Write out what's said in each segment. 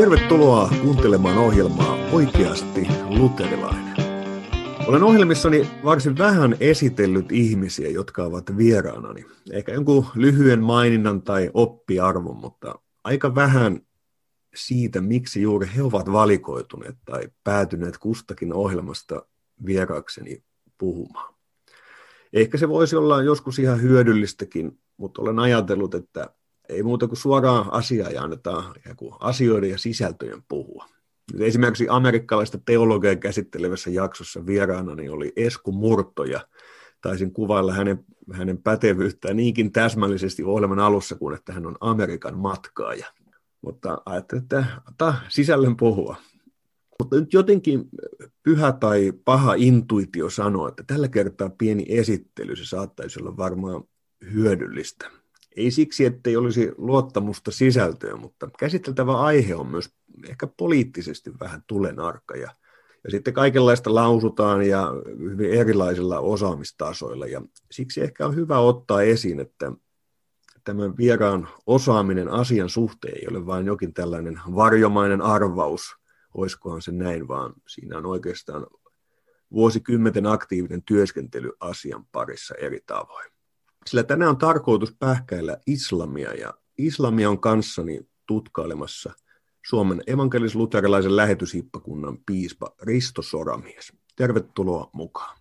Tervetuloa kuuntelemaan ohjelmaa Oikeasti luterilainen. Olen ohjelmissani varsin vähän esitellyt ihmisiä, jotka ovat vieraanani. Ehkä jonkun lyhyen maininnan tai oppiarvon, mutta aika vähän siitä, miksi juuri he ovat valikoituneet tai päätyneet kustakin ohjelmasta vieraakseni puhumaan. Ehkä se voisi olla joskus ihan hyödyllistäkin, mutta olen ajatellut, että ei muuta kuin suoraan asiaa ja annetaan asioiden ja sisältöjen puhua. Nyt esimerkiksi amerikkalaista teologiaa käsittelevässä jaksossa vieraanani oli Esku Murto, ja taisin kuvailla hänen pätevyyttään niinkin täsmällisesti ohjelman alussa, kuin että hän on Amerikan matkaaja. Mutta ajattelin, että sisällön puhua. Mutta nyt jotenkin pyhä tai paha intuitio sanoo, että tällä kertaa pieni esittely, se saattaisi olla varmaan hyödyllistä. Ei siksi, ettei olisi luottamusta sisältöön, mutta käsiteltävä aihe on myös ehkä poliittisesti vähän tulenarkka. Ja sitten kaikenlaista lausutaan ja hyvin erilaisilla osaamistasoilla. Ja siksi ehkä on hyvä ottaa esiin, että tämän vieraan osaaminen asian suhteen ei ole vain jokin tällainen varjomainen arvaus, oiskohan se näin, vaan siinä on oikeastaan vuosikymmenten aktiivinen työskentely asian parissa eri tavoin. Sillä tänään on tarkoitus pähkäillä islamia, ja islamia on kanssani tutkailemassa Suomen evankelis-luterilaisen lähetyshiippakunnan piispa Risto Soramies. Tervetuloa mukaan.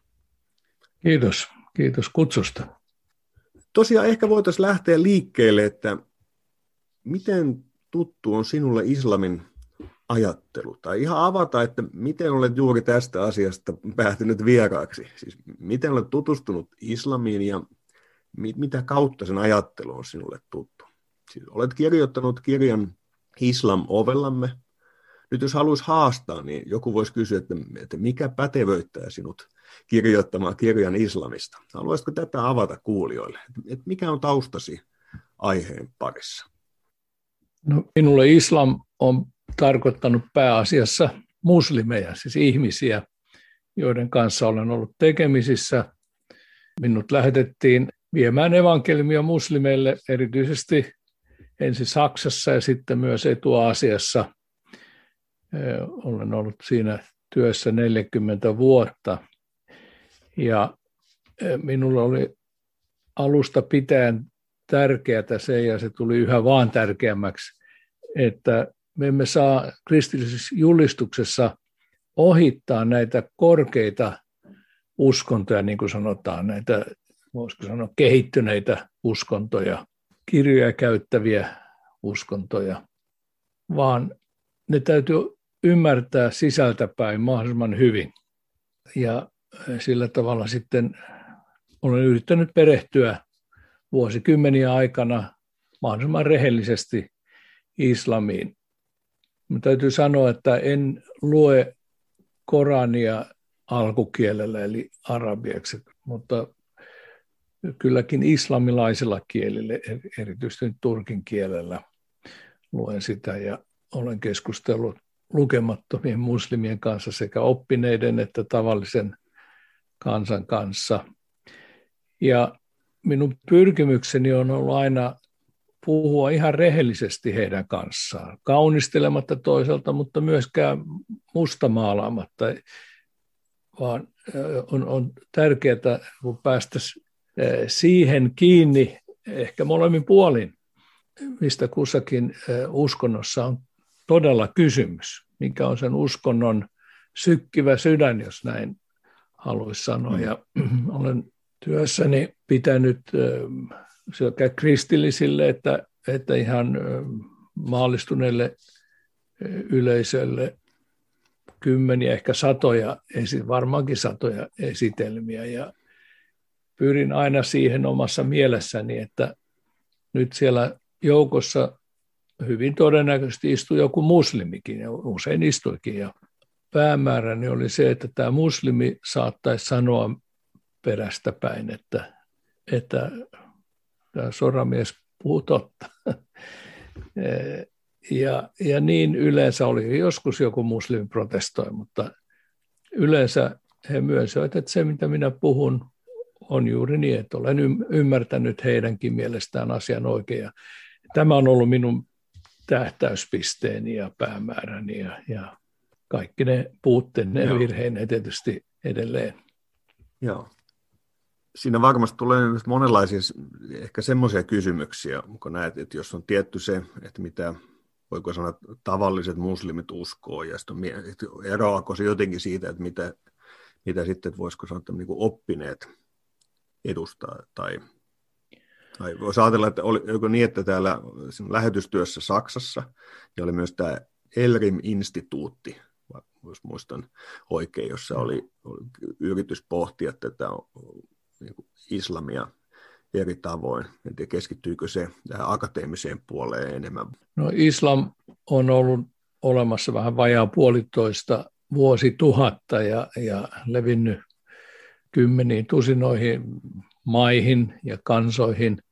Kiitos kutsusta. Tosiaan ehkä voitaisiin lähteä liikkeelle, että miten tuttu on sinulle islamin ajattelu, tai ihan avata, että miten olet juuri tästä asiasta päätynyt vieraaksi. Siis miten olet tutustunut islamiin ja mitä kautta sen ajattelu on sinulle tuttu? Siis olet kirjoittanut kirjan Islam ovellamme. Nyt jos haluaisi haastaa, niin joku voisi kysyä, että mikä pätevöittää sinut kirjoittamaan kirjan islamista? Haluaisitko tätä avata kuulijoille? Että mikä on taustasi aiheen parissa? No, minulle islam on tarkoittanut pääasiassa muslimeja, siis ihmisiä, joiden kanssa olen ollut tekemisissä. Minut lähetettiin viemään evankeliumia muslimeille, erityisesti ensin Saksassa ja sitten myös Etu-Aasiassa. Olen ollut siinä työssä 40 vuotta. Ja minulla oli alusta pitäen tärkeää se, ja se tuli yhä vaan tärkeämmäksi, että me emme saa kristillisessä julistuksessa ohittaa näitä korkeita uskontoja, niin kuin sanotaan, näitä, voisiko sanoa, kehittyneitä uskontoja, kirjoja käyttäviä uskontoja, vaan ne täytyy ymmärtää sisältäpäin mahdollisimman hyvin. Ja sillä tavalla sitten olen yrittänyt perehtyä vuosikymmeniä aikana mahdollisimman rehellisesti islamiin. Mutta täytyy sanoa, että en lue Korania alkukielellä eli arabiaksi, mutta kylläkin islamilaisilla kielillä, erityisesti turkin kielellä luen sitä, ja olen keskustellut lukemattomien muslimien kanssa sekä oppineiden että tavallisen kansan kanssa. Ja minun pyrkimykseni on ollut aina puhua ihan rehellisesti heidän kanssaan, kaunistelematta toiselta, mutta myöskään mustamaalaamatta, vaan on tärkeää, kun päästäisiin siihen kiinni, ehkä molemmin puolin, mistä kussakin uskonnossa on todella kysymys, mikä on sen uskonnon sykkivä sydän, jos näin haluaisi sanoa. Ja olen työssäni pitänyt sekä kristillisille että ihan maallistuneille yleisölle kymmeniä, ehkä varmaankin satoja esitelmiä. Ja pyrin aina siihen omassa mielessäni, että nyt siellä joukossa hyvin todennäköisesti istui joku muslimikin, ja usein istuikin. Ja päämääräni oli se, että tämä muslimi saattaisi sanoa perästä päin, että tämä Soramies puhuu totta. Ja niin yleensä oli. Joskus joku muslimi protestoi, mutta yleensä he myönsivät, että se mitä minä puhun on juuri niin, että olen ymmärtänyt heidänkin mielestään asian oikein. Ja tämä on ollut minun tähtäyspisteeni ja päämääräni ja kaikki ne puutteenne ja virheineen tietysti edelleen. Joo. Siinä varmasti tulee monenlaisia ehkä semmoisia kysymyksiä, kun näet, että jos on tietty se, että mitä, voiko sanoa, tavalliset muslimit uskoo, ja sitten eroako se jotenkin siitä, että mitä sitten, voisiko sanoa, että niin kuin oppineet edustaa, tai voisi ajatella, että oliko niin, että täällä lähetystyössä Saksassa, ja oli myös tämä Elrim-instituutti, jos muistan oikein, jossa oli yritys pohtia tätä niin kuin islamia eri tavoin. En tiedä, keskittyykö se tähän akateemiseen puoleen enemmän. No islam on ollut olemassa vähän vajaa 1,5 vuosituhatta ja levinnyt kymmeniin tusinoihin maihin ja kansoihin.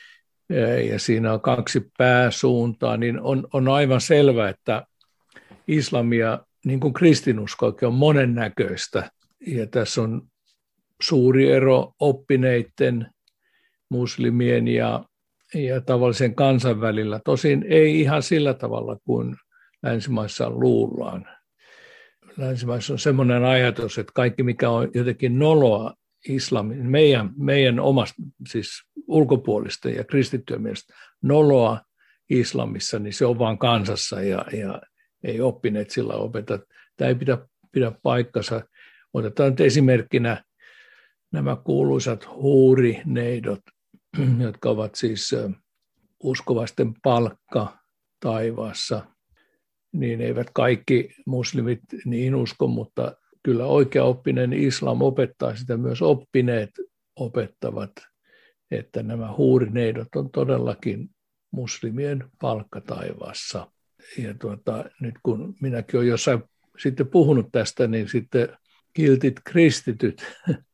Ja siinä on 2 pääsuuntaa, niin on aivan selvä, että islamia, niin kuin kristinuskoakin, on monennäköistä. Ja tässä on suuri ero oppineiden muslimien ja tavallisen kansan välillä. Tosin ei ihan sillä tavalla kuin länsimaissa luullaan. Länsimaissa on semmoinen ajatus, että kaikki mikä on jotenkin noloa islamin, meidän omasta, siis ulkopuolista ja kristittyjen mielestä noloa islamissa, niin se on vaan kansassa ja ei oppineet sillä opeta. Tämä ei pidä paikkansa. Otetaan nyt esimerkkinä nämä kuuluisat huurineidot, jotka ovat siis uskovasten palkka taivaassa, niin eivät kaikki muslimit niin usko, mutta kyllä oikeaoppinen islam opettaa sitä, myös oppineet opettavat, että nämä huurineidot on todellakin muslimien palkka taivaassa. Ja nyt kun minäkin olen jossain sitten puhunut tästä, niin sitten kiltit kristityt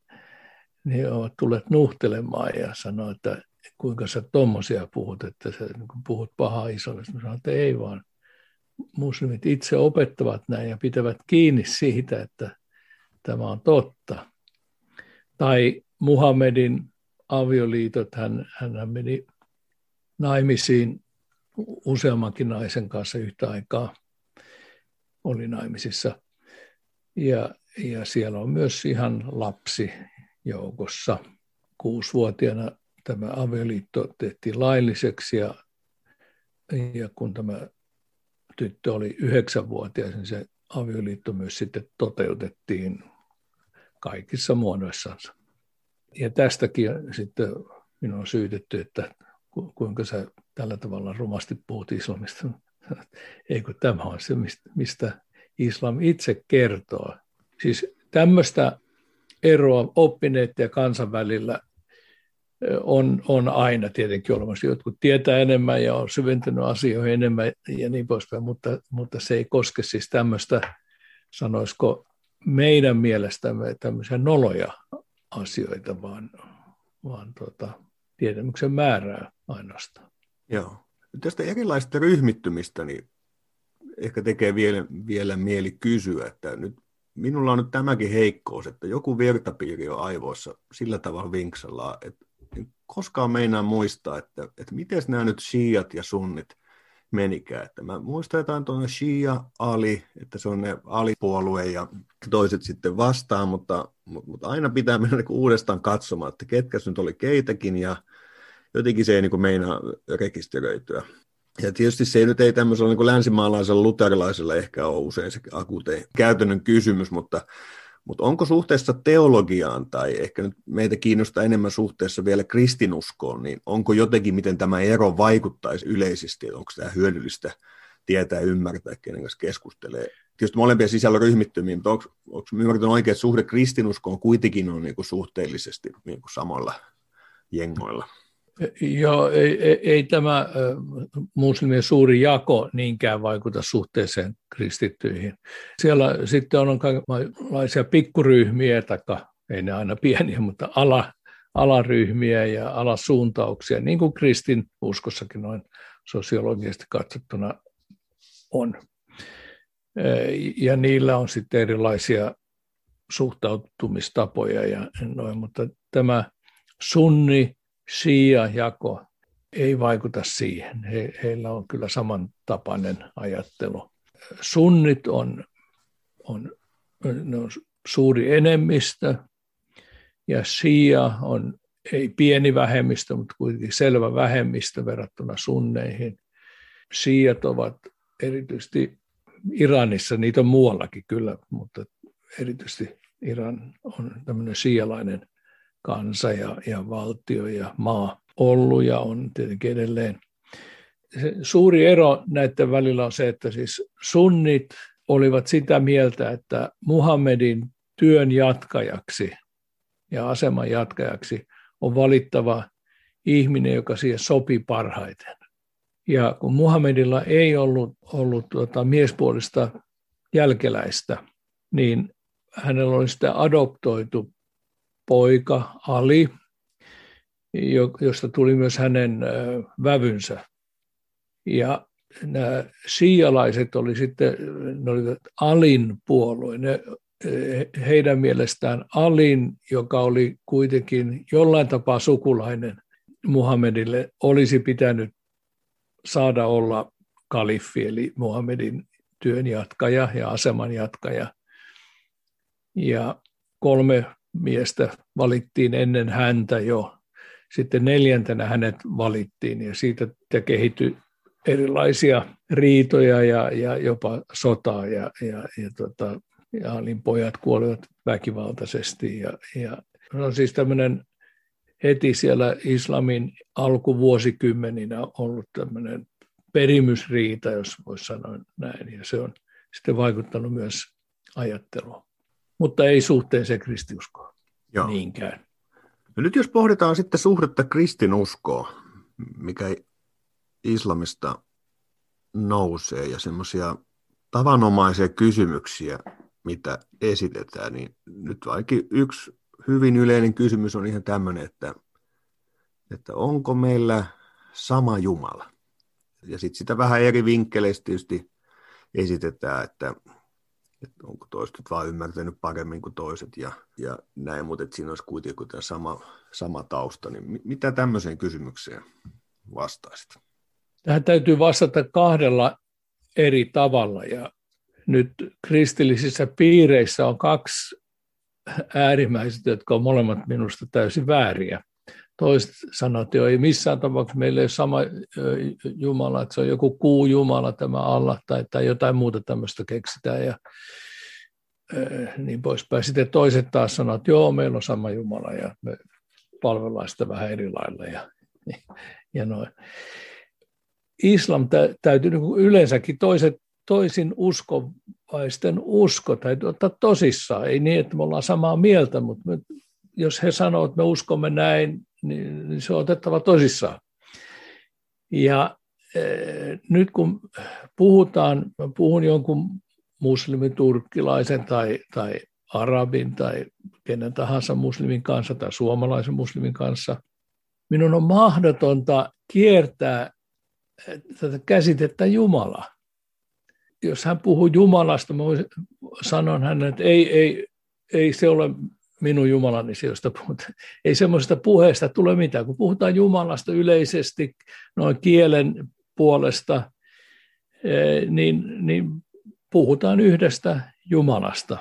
niin ovat tulleet nuhtelemaan ja sanoo, että kuinka sä tommosia puhut, että sä puhut pahaa islamista. Mä sanon, että ei vaan. Muslimit itse opettavat näin ja pitävät kiinni siitä, että tämä on totta. Tai Muhammedin avioliitot, hän meni naimisiin useammankin naisen kanssa yhtä aikaa, oli naimisissa. Ja siellä on myös ihan lapsi joukossa. 6-vuotiaana tämä avioliitto tehtiin lailliseksi ja kun tämä tyttö oli 9-vuotias, niin se avioliitto myös sitten toteutettiin kaikissa muodoissansa. Ja tästäkin sitten minua on syytetty, että kuinka sä tällä tavalla rumasti puhut islamista. Eikö tämä on se, mistä islam itse kertoo. Siis tämmöistä eroa oppineiden ja kansan välillä on aina tietenkin olemassa. Jotkut tietää enemmän ja on syventynyt asioihin enemmän ja niin poispäin, mutta se ei koske siis tämmöistä, sanoisiko meidän mielestämme tämmöisiä noloja asioita, vaan tietämyksen määrää ainoastaan. Joo. Tästä erilaisista ryhmittymistä niin ehkä tekee vielä mieli kysyä, että minulla on nyt tämäkin heikkous, että joku virtapiiri on aivoissa sillä tavalla vinksellaan, että koskaan meinaa muistaa, että miten nämä nyt shiat ja sunnit menikään. Että mä muistan jotain tuonne Shia Ali, että se on ne Ali-puolue ja toiset sitten vastaan, mutta aina pitää mennä niin uudestaan katsomaan, että ketkä nyt oli keitäkin ja jotenkin se ei niin meinaa rekisteröityä. Ja tietysti se ei tämmöisellä niin länsimaalaisella luterilaisella ehkä ole usein se akuutein käytännön kysymys, mutta onko suhteessa teologiaan tai ehkä nyt meitä kiinnostaa enemmän suhteessa vielä kristinuskoon, niin onko jotenkin, miten tämä ero vaikuttaisi yleisesti, onko tämä hyödyllistä tietää ja ymmärtää, kenen kanssa keskustelee. Tietysti molempia sisällä ryhmittymiä, mutta onko ymmärtänyt oikein, että suhde kristinuskoon kuitenkin on niin kuin suhteellisesti niin kuin samoilla jengoilla? Joo, ei tämä muslimien suuri jako niinkään vaikuta suhteeseen kristittyihin. Siellä sitten on kaikenlaisia pikkuryhmiä, ei ne aina pieniä, mutta alaryhmiä ja alasuuntauksia, niin kuin kristinuskossakin noin sosiologisesti katsottuna on. Ja niillä on sitten erilaisia suhtautumistapoja ja noin, mutta tämä sunni Shia-jako ei vaikuta siihen. Heillä on kyllä samantapainen ajattelu. Sunnit on suuri enemmistö ja shia on ei pieni vähemmistö, mutta kuitenkin selvä vähemmistö verrattuna sunneihin. Shiat ovat erityisesti Iranissa, niitä on muuallakin kyllä, mutta erityisesti Iran on tämmöinen shialainen kansa ja valtio ja maa ollut ja on tietenkin edelleen. Se suuri ero näiden välillä on se, että siis sunnit olivat sitä mieltä, että Muhammedin työn jatkajaksi ja aseman jatkajaksi on valittava ihminen, joka siihen sopii parhaiten. Ja kun Muhammedilla ei ollut miespuolista jälkeläistä, niin hänellä oli sitten adoptoitu poika Ali, josta tuli myös hänen vävynsä. Ja nämä shialaiset olivat Alin puolue. Heidän mielestään Alin, joka oli kuitenkin jollain tapaa sukulainen Muhammedille, olisi pitänyt saada olla kaliffi, eli Muhammedin työn jatkaja ja aseman jatkaja. Ja 3 miestä valittiin ennen häntä jo. Sitten 4. hänet valittiin ja siitä kehittyi erilaisia riitoja ja jopa sotaa ja Alin pojat kuolivat väkivaltaisesti. Ja on siis tämmöinen heti siellä islamin alkuvuosikymmeninä ollut tämmöinen perimysriita, jos voisi sanoa näin, ja se on sitten vaikuttanut myös ajatteluun, mutta ei suhteeseen kristinuskoon niinkään. No nyt jos pohditaan sitten suhdetta kristinuskoon, mikä islamista nousee ja semmoisia tavanomaisia kysymyksiä, mitä esitetään, niin nyt vaikka yksi hyvin yleinen kysymys on ihan tämmöinen, että onko meillä sama Jumala? Ja sitten sitä vähän eri vinkkeleistä tietysti esitetään, että onko toiset vaan ymmärtänyt paremmin kuin toiset ja näin, mutta siinä olisi kuitenkin tämä sama tausta. Niin mitä tämmöiseen kysymykseen vastaisit? Tähän täytyy vastata 2 eri tavalla ja nyt kristillisissä piireissä on 2 äärimmäiset, jotka on molemmat minusta täysin vääriä. Toiset sanoo, että ei missään tapauksessa meillä ei ole sama Jumala, että se on joku kuujumala tämä Allah tai jotain muuta tämmöistä keksitään ja niin poispäin. Sitten toiset taas sanoo, että joo, meillä on sama Jumala ja me palvellaan sitä vähän eri lailla ja noin. Islam täytyy yleensäkin toisin uskovaisten usko täytyy ottaa tosissaan. Ei niin, että me ollaan samaa mieltä, mutta jos he sanoo, että me uskomme näin, niin se on otettava tosissaan. Ja nyt kun puhun jonkun muslimin, turkkilaisen tai arabin tai kenen tahansa muslimin kanssa tai suomalaisen muslimin kanssa, minun on mahdotonta kiertää tätä käsitettä Jumala. Jos hän puhuu Jumalasta, mä sanon hänelle, että ei se ole minun Jumalani, josta puhutaan. Ei semmoisesta puheesta tule mitään. Kun puhutaan Jumalasta yleisesti noin kielen puolesta, niin puhutaan yhdestä Jumalasta.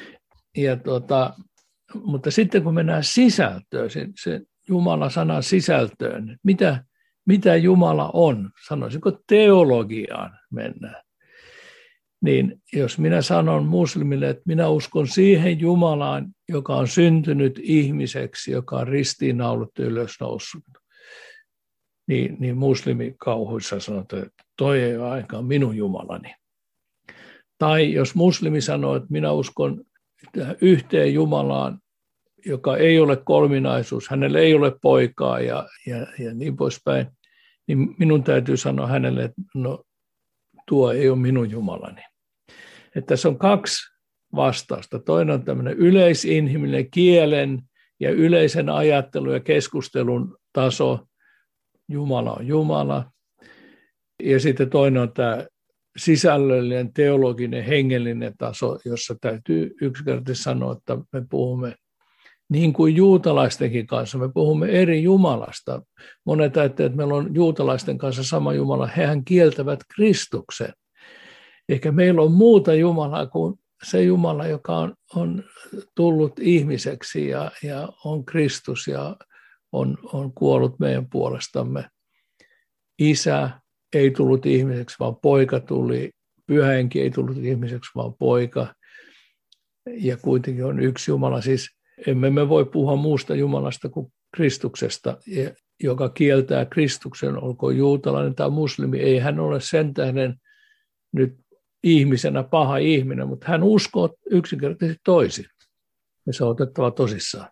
Mutta sitten kun mennään sisältöön, se Jumala-sanan sisältöön, mitä Jumala on, sanoisinko teologiaan mennään, niin jos minä sanon muslimille, että minä uskon siihen Jumalaan, joka on syntynyt ihmiseksi, joka on ristiinnaulittu ylösnoussut, niin muslimikauhuissa sanotaan, että toi ei ole ainakaan minun Jumalani. Tai jos muslimi sanoo, että minä uskon yhteen Jumalaan, joka ei ole kolminaisuus, hänellä ei ole poikaa ja niin poispäin, niin minun täytyy sanoa hänelle, että no tuo ei ole minun Jumalani. Että tässä on 2 vastausta. Toinen on tämmöinen yleisinhimillinen kielen ja yleisen ajattelun ja keskustelun taso. Jumala on Jumala. Ja sitten toinen on tämä sisällöllinen, teologinen, hengellinen taso, jossa täytyy yksinkertaisesti sanoa, että me puhumme niin kuin juutalaistenkin kanssa. Me puhumme eri Jumalasta. Monet ajattelevat, että meillä on juutalaisten kanssa sama Jumala. Hehän kieltävät Kristuksen. Eikä meillä on muuta Jumalaa kuin se Jumala, joka on tullut ihmiseksi ja on Kristus ja on kuollut meidän puolestamme. Isä ei tullut ihmiseksi, vaan poika tuli. Pyhä Henki ei tullut ihmiseksi, vaan poika. Ja kuitenkin on yksi Jumala. Siis emme me voi puhua muusta Jumalasta kuin Kristuksesta, joka kieltää Kristuksen, olkoon juutalainen tai muslimi. Ei hän ole sen tähden nyt ihmisenä paha ihminen, mutta hän uskoo yksinkertaisesti toisin. Ja se on otettava tosissaan.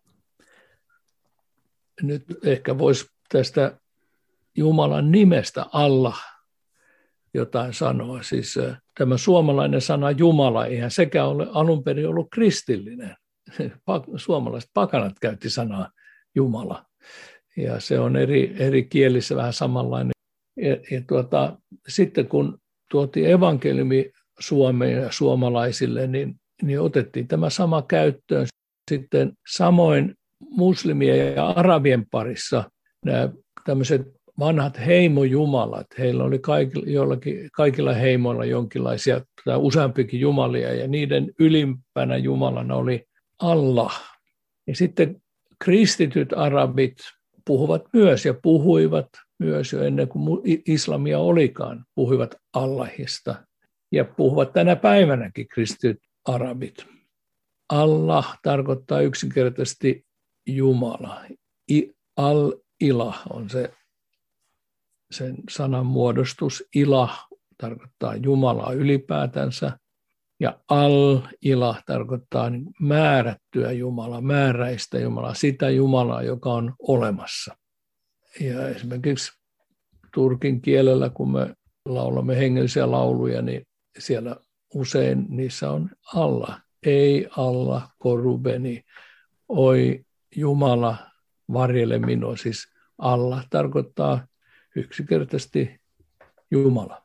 Nyt ehkä voisi tästä Jumalan nimestä Allah jotain sanoa. Siis tämä suomalainen sana Jumala, eihän sekään ole alun perin ollut kristillinen. Suomalaiset pakanat käytti sanaa Jumala. Ja se on eri kielissä vähän samanlainen. Sitten kun tuotiin evankeliumi Suomeen ja suomalaisille, niin otettiin tämä sama käyttöön. Sitten samoin muslimien ja arabien parissa nämä tämmöiset vanhat heimojumalat, heillä oli kaikilla heimoilla jonkinlaisia tai useampikin jumalia, ja niiden ylimpänä jumalana oli Allah. Ja sitten kristityt arabit puhuvat myös ja puhuivat myös jo ennen kuin islamia olikaan, puhuivat Allahista. Ja puhuvat tänä päivänäkin kristityt arabit. Allah tarkoittaa yksinkertaisesti Jumala. Al-ilah on sen sanan muodostus. Ilah tarkoittaa Jumalaa ylipäätänsä. Ja al-ilah tarkoittaa määrättyä Jumalaa, määräistä Jumalaa, sitä Jumalaa, joka on olemassa. Ja esimerkiksi turkin kielellä, kun me laulamme hengellisiä lauluja, niin siellä usein niissä on Allah. Ei Allah korubeni, oi Jumala varjele minua. Siis Allah tarkoittaa yksinkertaisesti Jumala.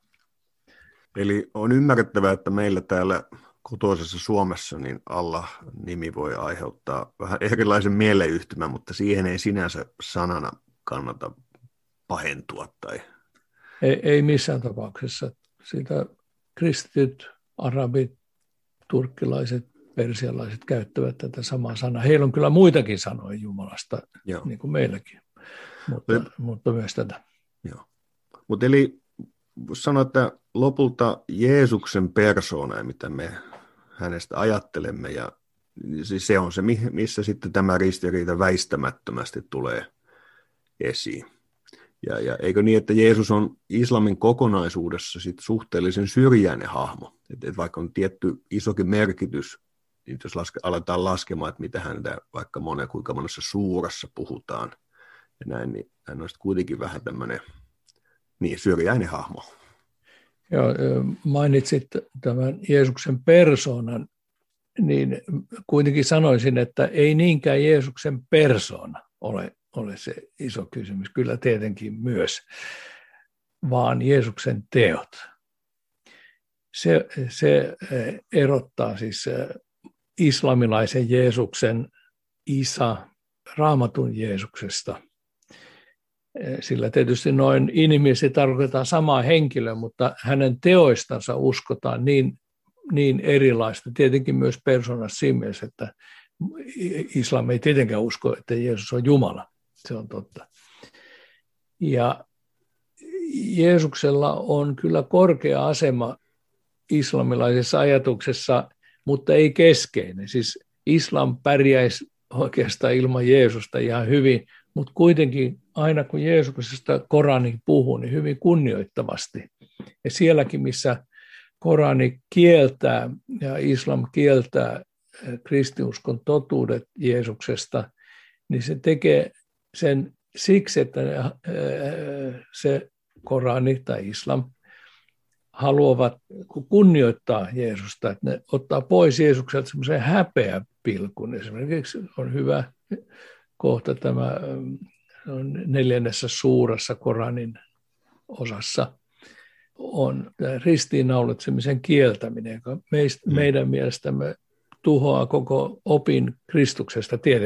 Eli on ymmärrettävää, että meillä täällä kotoisessa Suomessa niin Allah-nimi voi aiheuttaa vähän erilaisen mieleyhtymän, mutta siihen ei sinänsä sanana kannata pahentua. Tai... Ei missään tapauksessa. Sitä kristityt, arabit, turkkilaiset, persialaiset käyttävät tätä samaa sanaa. Heillä on kyllä muitakin sanoja Jumalasta, Joo. Niin kuin meilläkin, mutta myös tätä. Joo. Mutta eli sanoa, että lopulta Jeesuksen persoona, mitä me hänestä ajattelemme, ja siis se on se, missä sitten tämä ristiriita väistämättömästi tulee esiin. Ja eikö niin, että Jeesus on islamin kokonaisuudessa sit suhteellisen syrjäinen hahmo, että vaikka on tietty isokin merkitys, niin jos aletaan laskemaan, että mitä häntä vaikka kuinka monessa suurassa puhutaan, ja näin, niin hän on kuitenkin vähän tämmöinen syrjäinen hahmo. Joo, mainitsit tämän Jeesuksen persoonan, niin kuitenkin sanoisin, että ei niinkään Jeesuksen persoona ole se iso kysymys, kyllä tietenkin myös, vaan Jeesuksen teot. Se erottaa siis islamilaisen Jeesuksen Raamatun Jeesuksesta. Sillä tietysti noin inhimillisesti tarkoitetaan samaa henkilöä, mutta hänen teoistansa uskotaan niin erilaista. Tietenkin myös persoonassa siinä mielessä, että islam ei tietenkään usko, että Jeesus on Jumala. Se on totta. Ja Jeesuksella on kyllä korkea asema islamilaisessa ajatuksessa, mutta ei keskeinen. Siis islam pärjäisi oikeastaan ilman Jeesusta ihan hyvin, mutta kuitenkin aina kun Jeesuksesta Korani puhuu, niin hyvin kunnioittavasti. Ja sielläkin, missä Korani kieltää ja islam kieltää kristinuskon totuudet Jeesuksesta, niin se tekee sen siksi, että se Korani tai islam haluavat kunnioittaa Jeesusta, että ne ottaa pois Jeesukselta semmoisen häpeäpilkun. Esimerkiksi on hyvä kohta tämä on 4. suurassa Koranin osassa on ristiinnaulitsemisen kieltäminen, joka meidän mielestämme tuhoaa koko opin Kristuksesta tietenkin.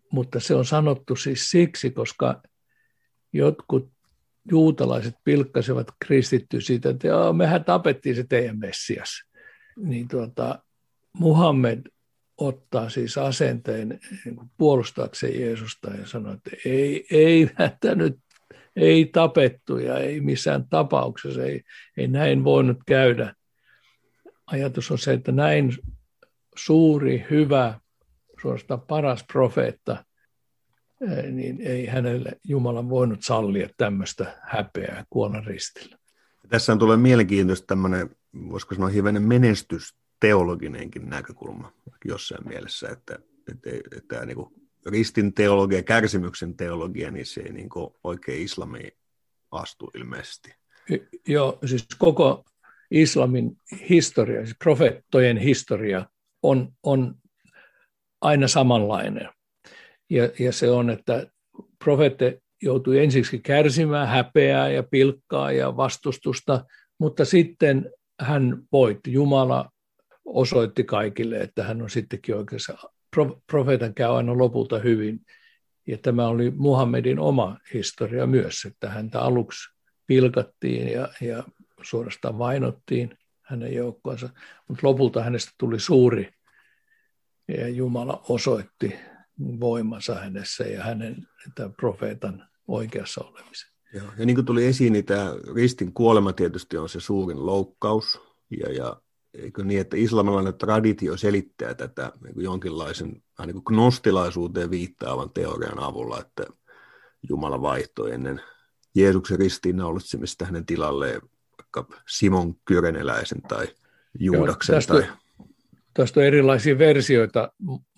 mutta se on sanottu siis siksi, koska jotkut juutalaiset pilkkasivat kristitty siitä, että mehän tapettiin se teidän Messias. Niin Muhammed ottaa siis asenteen puolustaakseen Jeesusta ja sanoo, että ei häntä nyt ei tapettu ja ei missään tapauksessa, ei näin voinut käydä. Ajatus on se, että näin suuri, hyvä, suorastaan paras profeetta, niin ei hänelle Jumala voinut sallia tämmöistä häpeää kuolla ristillä. Tässä on tulee mielenkiintoista tämmöinen, voisiko sanoa hivenen menestysteologinenkin näkökulma jossain mielessä, että tämä niin kuin ristin teologia, kärsimyksen teologia, niin se ei niin kuin oikein islamiin astu ilmeisesti. Joo, siis koko islamin historia, siis profeettojen historia on aina samanlainen. Ja se on, että profeette joutui ensiksi kärsimään häpeää ja pilkkaa ja vastustusta, mutta sitten hän voitti. Jumala osoitti kaikille, että hän on sittenkin oikeassa. Profeetan käy aina lopulta hyvin. Ja tämä oli Muhammedin oma historia myös, että häntä aluksi pilkattiin ja suorastaan vainottiin hänen joukkoansa, mutta lopulta hänestä tuli suuri ja Jumala osoitti voimansa hänessä ja hänen profeetan oikeassa olemisen. Joo. Ja niin kuin tuli esiin, niin tämä ristin kuolema tietysti on se suurin loukkaus. Ja eikö niin, että islamilainen traditio selittää tätä niin kuin jonkinlaisen niin kuin gnostilaisuuteen viittaavan teorian avulla, että Jumala vaihtoi ennen Jeesuksen ristiinnaulitsemista hänen tilalleen vaikka Simon Kyreneläisen tai Juudaksen. Joo, tästä on erilaisia versioita,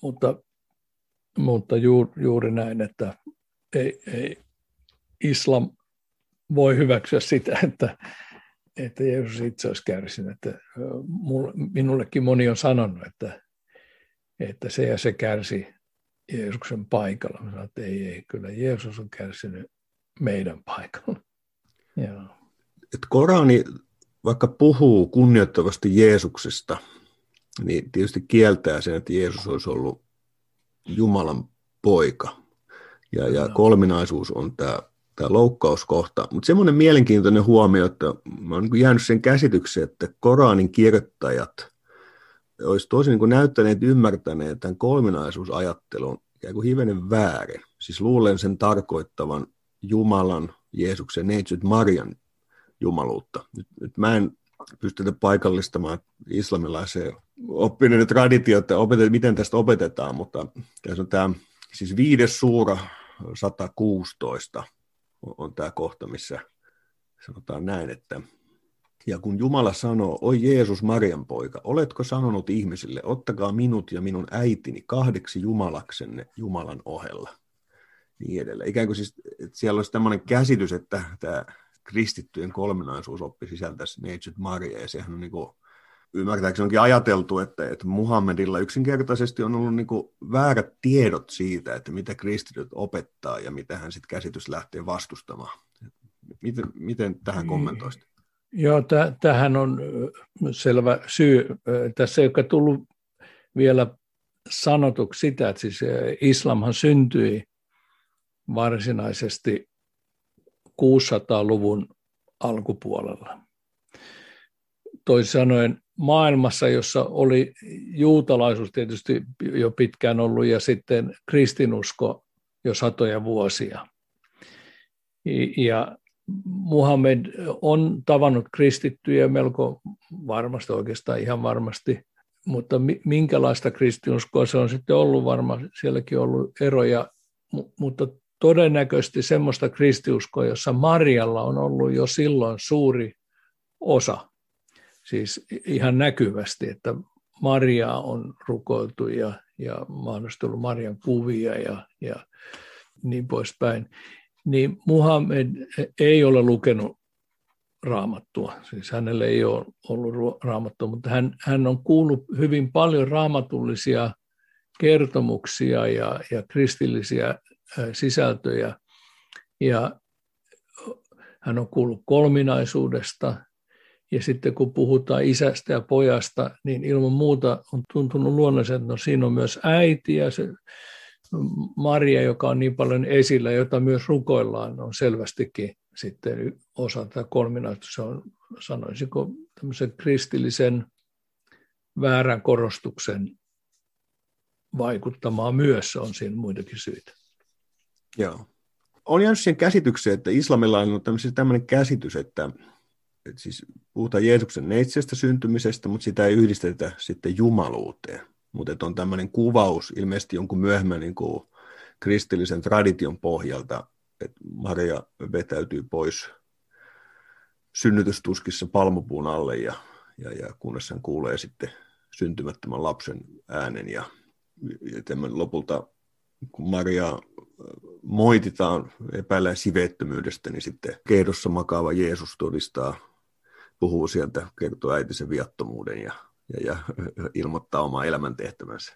mutta juuri näin, että ei islam voi hyväksyä sitä, että Jeesus itse olisi kärsinyt. Että minullekin moni on sanonut, että se ja se kärsi Jeesuksen paikalla. Mä sanoin, että ei, kyllä Jeesus on kärsinyt meidän paikalla. Joo. Et Korani, vaikka puhuu kunnioittavasti Jeesuksesta, niin tietysti kieltää sen, että Jeesus olisi ollut Jumalan poika. Ja kolminaisuus on tämä loukkauskohta. Mutta semmoinen mielenkiintoinen huomio, että mä oon niin jäänyt sen käsitykseen, että Koranin kirjoittajat olisi tosi niin näyttäneet ymmärtäneet tämän kolminaisuusajattelun ikään kuin hivenen väärin. Siis luulen sen tarkoittavan Jumalan, Jeesuksen, neitsyt Marian jumaluutta. Nyt mä en pysty paikallistamaan islamilaiseen oppineiden traditioita, miten tästä opetetaan, mutta tässä on tämä siis 5. suura 116 on tämä kohta, missä sanotaan näin, että ja kun Jumala sanoo, oi Jeesus Marian poika, oletko sanonut ihmisille, ottakaa minut ja minun äitini 2 jumalaksenne Jumalan ohella. Niin edelleen. Ikään kuin siis, että siellä olisi tämmöinen käsitys, että tämä kristittyjen kolminaisuusoppi sisältäisi neitsyt Maria, ja sehän on niin kuin, ymmärtääkseni onkin ajateltu, että Muhammedilla yksinkertaisesti on ollut niin kuin väärät tiedot siitä, että mitä kristityt opettaa ja mitä hän sitten käsitys lähtee vastustamaan. Miten tähän kommentoisit? Joo, tähän on selvä syy. Tässä ei ole tullut vielä sanotuksi sitä, että siis islamhan syntyi varsinaisesti 600-luvun alkupuolella. Toisin sanoen maailmassa, jossa oli juutalaisuus tietysti jo pitkään ollut ja sitten kristinusko jo satoja vuosia. Ja Muhammed on tavannut kristittyjä melko varmasti, oikeastaan ihan varmasti, mutta minkälaista kristinuskoa se on sitten ollut varmaan, sielläkin on ollut eroja, mutta todennäköisesti semmoista kristiuskoa, jossa Marialla on ollut jo silloin suuri osa, siis ihan näkyvästi, että Mariaa on rukoiltu ja mahdollisesti ollut Marian kuvia ja niin poispäin. Niin Muhammed ei ole lukenut raamattua, siis hänelle ei ole ollut raamattua, mutta hän on kuullut hyvin paljon raamatullisia kertomuksia ja kristillisiä sisältöjä, ja hän on kuullut kolminaisuudesta, ja sitten kun puhutaan isästä ja pojasta, niin ilman muuta on tuntunut luonnollisesti, että no siinä on myös äiti, ja Maria, joka on niin paljon esillä, jota myös rukoillaan, on selvästikin sitten osa tätä kolminaisuutta. Se on, sanoisinko, tämmöisen kristillisen väärän korostuksen vaikuttamaa myös, on siinä muitakin syitä. Joo. On jäänyt siihen käsitykseen, että islamilla on tämmöinen käsitys, että siis puhutaan Jeesuksen neitsestä syntymisestä, mutta sitä ei yhdistetä sitten jumaluuteen. Mutta on tämmöinen kuvaus ilmeisesti jonkun myöhemmän niin kuin kristillisen tradition pohjalta, että Maria vetäytyy pois synnytystuskissa palmupuun alle ja kunnes hän kuulee sitten syntymättömän lapsen äänen ja lopulta kun Maria moititaan, epäillään siveettömyydestä, niin sitten kehdossa makaava Jeesus puhuu sieltä, kertoo äitisen viattomuuden ja ilmoittaa omaa elämäntehtävänsä.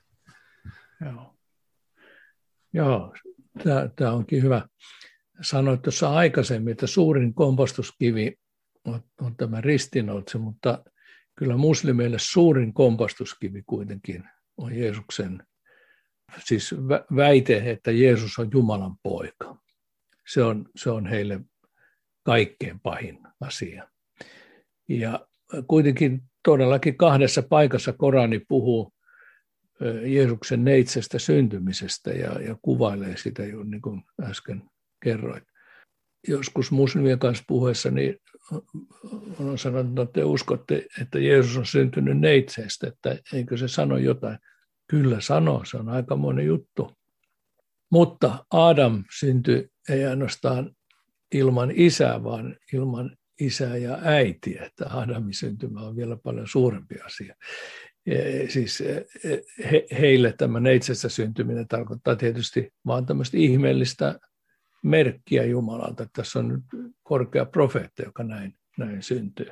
Joo, tämä onkin hyvä. Sanoit tuossa aikaisemmin, että suurin kompastuskivi on tämä ristiinnoutse, mutta kyllä muslimeille suurin kompastuskivi kuitenkin on Jeesuksen, siis väite, että Jeesus on Jumalan poika. Se on heille kaikkein pahin asia. Ja kuitenkin todellakin 2 paikassa Korani puhuu Jeesuksen neitsestä syntymisestä ja kuvailee sitä jo niin kuin äsken kerroit. Joskus muslimien kanssa puhuessa niin on sanonut, että te uskotte, että Jeesus on syntynyt neitseestä, että eikö se sano jotain. Kyllä sanoo, se on aikamoinen juttu. Mutta Adam syntyi ei ainoastaan ilman isää, vaan ilman isää ja äitiä. Että Adamin syntymä on vielä paljon suurempi asia. Siis heille tämä neitsestä syntyminen tarkoittaa tietysti vaan tämmöistä ihmeellistä merkkiä Jumalalta. Tässä on nyt korkea profeetta, joka näin syntyy.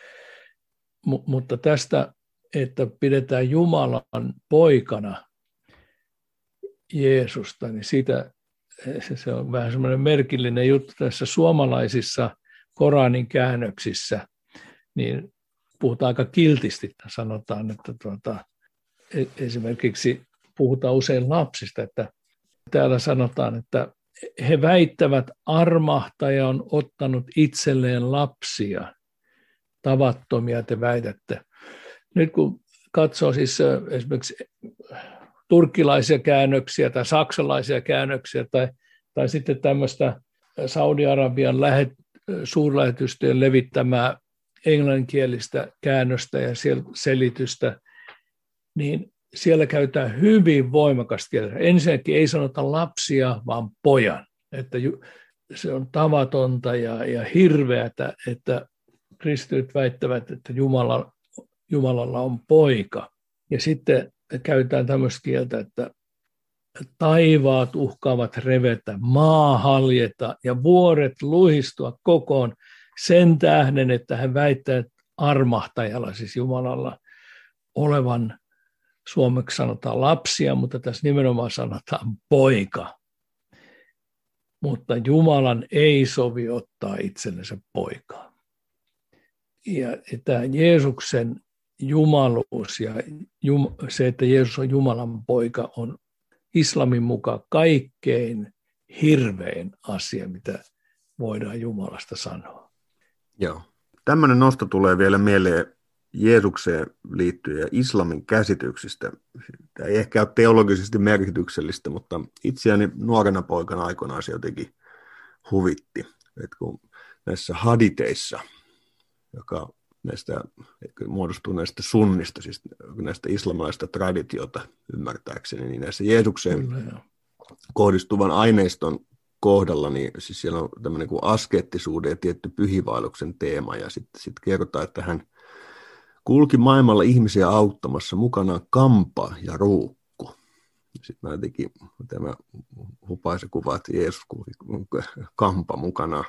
Mutta tästä, että pidetään Jumalan poikana Jeesusta, niin se on vähän semmoinen merkillinen juttu tässä suomalaisissa Koranin käännöksissä, niin puhutaan aika kiltisti, sanotaan, että esimerkiksi puhutaan usein lapsista, että täällä sanotaan, että he väittävät, armahtaja on ottanut itselleen lapsia, tavattomia te väitätte. Nyt kun katsoo siis esimerkiksi turkkilaisia käännöksiä tai saksalaisia käännöksiä tai sitten tämmöistä Saudi-Arabian suurlähetystöjen levittämää englanninkielistä käännöstä ja selitystä, niin siellä käytetään hyvin voimakasta kieltä. Ensinnäkin ei sanota lapsia, vaan pojan. Että se on tavatonta ja hirveätä, että kristityt väittävät, että Jumalalla on poika. Ja sitten käytetään tämmöistä kieltä, että taivaat uhkaavat revetä, maa haljeta ja vuoret luhistua kokoon sen tähden, että hän väittää, että armahtajalla, siis Jumalalla, olevan, suomeksi sanotaan lapsia, mutta tässä nimenomaan sanotaan poika. Mutta Jumalan ei sovi ottaa itsellensä poikaa. Ja tämä Jeesuksen jumaluus ja se, että Jeesus on Jumalan poika, on islamin mukaan kaikkein hirvein asia, mitä voidaan Jumalasta sanoa. Joo. Tämmöinen nosto tulee vielä mieleen Jeesukseen liittyen ja islamin käsityksistä. Tämä ei ehkä ole teologisesti merkityksellistä, mutta itseäni nuorena poikana aikoinaan se jotenkin huvitti. Että kun näissä haditeissa, joka muodostuu näistä sunnista, siis näistä islamilaisista traditiota ymmärtääkseni, niin näissä Jeesukseen kohdistuvan aineiston kohdalla, niin siis siellä on tämmöinen kuin askeettisuuden ja tietty pyhiinvaelluksen teema, ja sitten kerrotaan, että hän kulki maailmalla ihmisiä auttamassa mukanaan kampa ja ruukku. Sitten mä jotenkin tämä hupaisa kuva, että Jeesus kulki kampa mukanaan.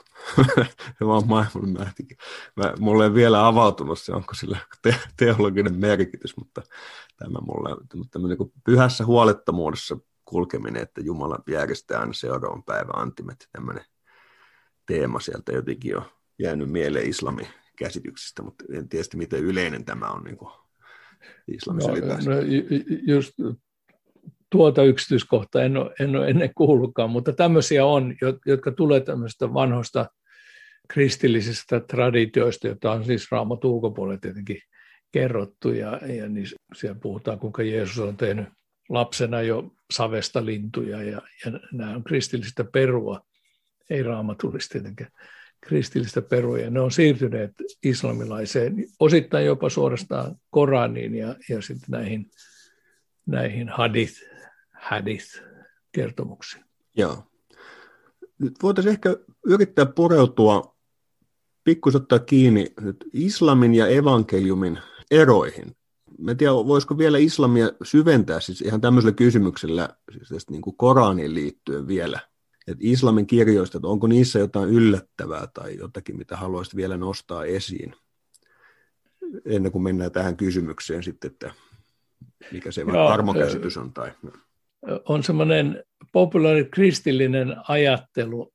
Mulle ei vielä avautunut se, onko sillä teologinen merkitys, mutta tämä mulle on tämmöinen kuin pyhässä huolettomuudessa kulkeminen, että Jumala järjestää aina seuraavan päivän antimet. Tämmöinen teema sieltä jotenkin on jäänyt mieleen islamin käsityksistä, mutta en tiedä, miten yleinen tämä on niin kuin islamissa ylipäänsä. Just tuota yksityiskohtaa en ole ennen kuullutkaan, mutta tämmöisiä on, jotka tulee tämmöistä vanhoista kristillisistä traditioista, joita on siis Raamatun ulkopuolella tietenkin kerrottu, ja niin siellä puhutaan, kuinka Jeesus on tehnyt lapsena jo savesta lintuja, ja nämä on kristillistä perua, ei raamatullista tietenkään, kristillistä perua, ja ne on siirtyneet islamilaiseen, osittain jopa suorastaan Koraniin ja sitten näihin hadith-kertomuksiin. Joo. Nyt voitaisiin ehkä yrittää pureutua, pikkuisen ottaa kiinni nyt islamin ja evankeliumin eroihin. Mä en tiedä, voisiko vielä islamia syventää siis ihan tämmöisellä kysymyksellä siis niin kuin Koraniin liittyen vielä. Että islamin kirjoista, että onko niissä jotain yllättävää tai jotakin, mitä haluaisit vielä nostaa esiin, ennen kuin mennään tähän kysymykseen sitten, että mikä se armokäsitys on. Tai on semmoinen populaari kristillinen ajattelu,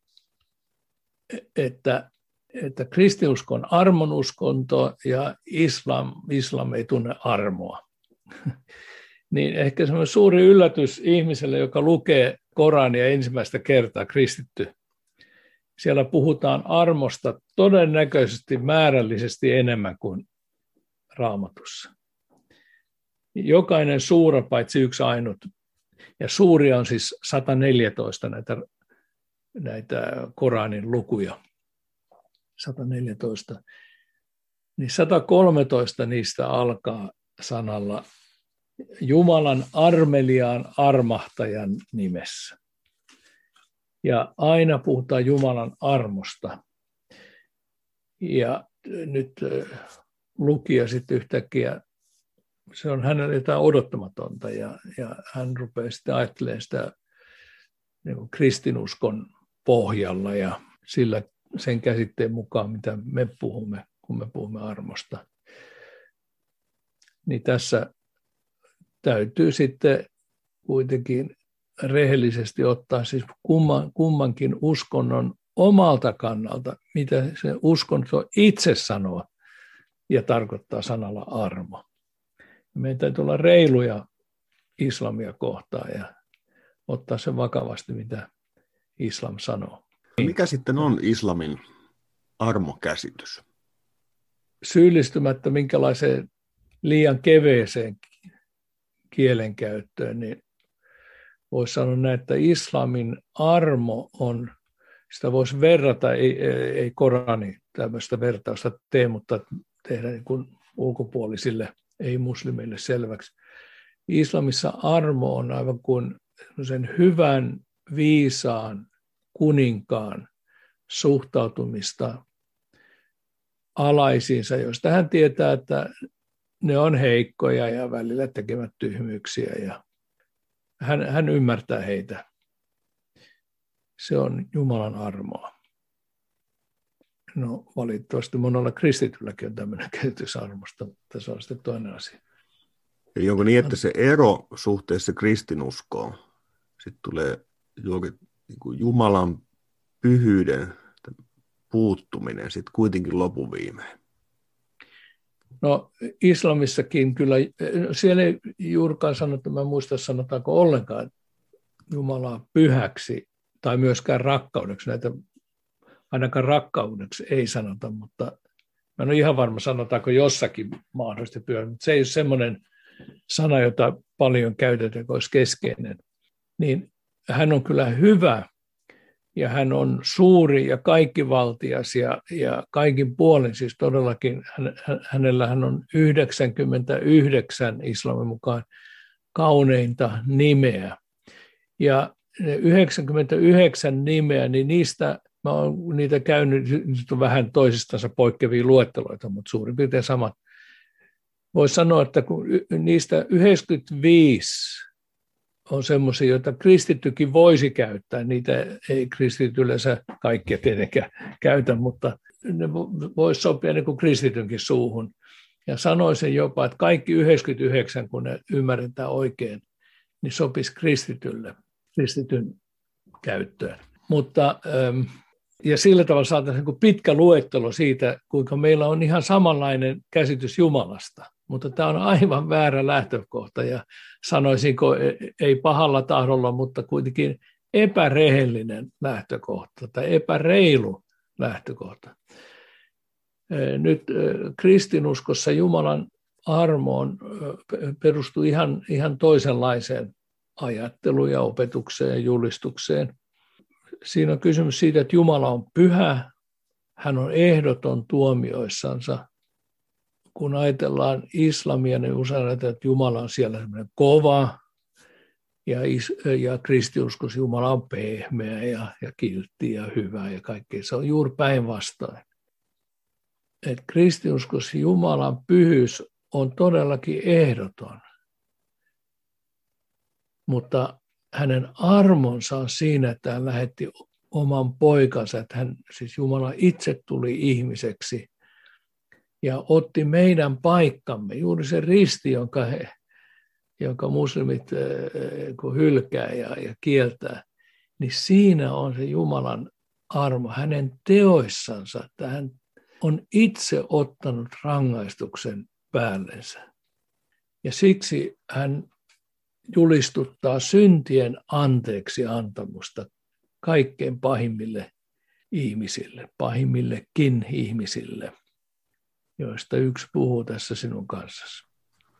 että kristinusko on armonuskonto ja islam ei tunne armoa. Niin ehkä semmoinen suuri yllätys ihmiselle, joka lukee Korania ensimmäistä kertaa, kristitty. Siellä puhutaan armosta todennäköisesti määrällisesti enemmän kuin Raamatussa. Jokainen suura paitsi yksi ainut. Ja suuria on siis 114 näitä Koranin lukuja. 114. Niin 113 niistä alkaa sanalla Jumalan armeliaan armahtajan nimessä. Ja aina puhutaan Jumalan armosta. Ja nyt lukija sitten yhtäkkiä, se on hänelle jotain odottamatonta, ja hän rupeaa sitten ajattelemaan sitä niin kristinuskon pohjalla ja sillä sen käsitteen mukaan, mitä me puhumme, kun me puhumme armosta. Niin tässä täytyy sitten kuitenkin rehellisesti ottaa siis kummankin uskonnon omalta kannalta, mitä se uskonto itse sanoo ja tarkoittaa sanalla armo. Meidän täytyy olla reiluja islamia kohtaan ja ottaa sen vakavasti, mitä islam sanoo. Mikä sitten on islamin armokäsitys? Syyllistymättä minkälaiseen liian keveeseen kielenkäyttöön, niin voisi sanoa näin, että islamin armo on, sitä voisi verrata, ei Korani tämmöistä vertausta tee, mutta tehdä niin kuin ulkopuolisille, ei muslimeille selväksi. Islamissa armo on aivan kuin sen hyvän, viisaan kuninkaan suhtautumista alaisiinsa, joista hän tietää, että ne on heikkoja ja välillä tekevät tyhmyyksiä ja hän ymmärtää heitä. Se on Jumalan armoa. No valitettavasti monella kristitylläkin on tämmöinen käsitys armosta, mutta se on sitten toinen asia. Eli onko niin, että se ero suhteessa kristinuskoon sitten tulee juuri niin kuin Jumalan pyhyyden puuttuminen sitten kuitenkin lopuviimeen? No islamissakin kyllä, siellä ei juurikaan sanota, mä en muista sanotaanko ollenkaan Jumalaa pyhäksi tai myöskään rakkaudeksi. Näitä ainakaan rakkaudeksi ei sanota, mutta mä en ole ihan varma, sanotaanko jossakin mahdollisesti pyhä, mutta se ei ole semmoinen sana, jota paljon käytetään, joka olisi keskeinen. Niin hän on kyllä hyvä ja hän on suuri ja kaikkivaltias ja kaikin puolin, siis todellakin hänellähän on 99 islamin mukaan kauneinta nimeä. Ja ne 99 nimeä, niin mä oon niitä käynyt, nyt on vähän toisistansa poikkeavia luetteloita, mutta suurin piirtein samat. Voisi sanoa, että kun niistä 95 on semmoisia, joita kristittykin voisi käyttää. Niitä ei kristitty yleensä kaikkia tietenkään käytä, mutta ne voisi sopia niin kuin kristitynkin suuhun. Ja sanoisin jopa, että kaikki 99, kun ne ymmärretään oikein, niin sopisi kristityn käyttöön. Mutta, ja sillä tavalla saataisiin niin pitkä luettelo siitä, kuinka meillä on ihan samanlainen käsitys Jumalasta. Mutta tämä on aivan väärä lähtökohta ja sanoisinko ei pahalla tahdolla, mutta kuitenkin epärehellinen lähtökohta tai epäreilu lähtökohta. Nyt kristinuskossa Jumalan armoon perustuu ihan toisenlaiseen ajatteluun ja opetukseen ja julistukseen. Siinä on kysymys siitä, että Jumala on pyhä, hän on ehdoton tuomioissansa. Kun ajatellaan islamia, niin usein ajatellaan, että Jumala on siellä sellainen kova, ja kristiuskossa Jumala on pehmeä ja kiltti ja hyvä ja kaikkea. Se on juuri päinvastoin. Että kristiuskossa Jumalan pyhyys on todellakin ehdoton, mutta hänen armonsa on siinä, että hän lähetti oman poikansa, että siis Jumala itse tuli ihmiseksi ja otti meidän paikkamme, juuri se risti, jonka muslimit kun hylkää ja kieltää, niin siinä on se Jumalan armo hänen teoissansa, että hän on itse ottanut rangaistuksen päällensä. Ja siksi hän julistuttaa syntien anteeksi antamusta kaikkein pahimmille ihmisille, pahimmillekin ihmisille, joista yksi puhuu tässä sinun kanssasi.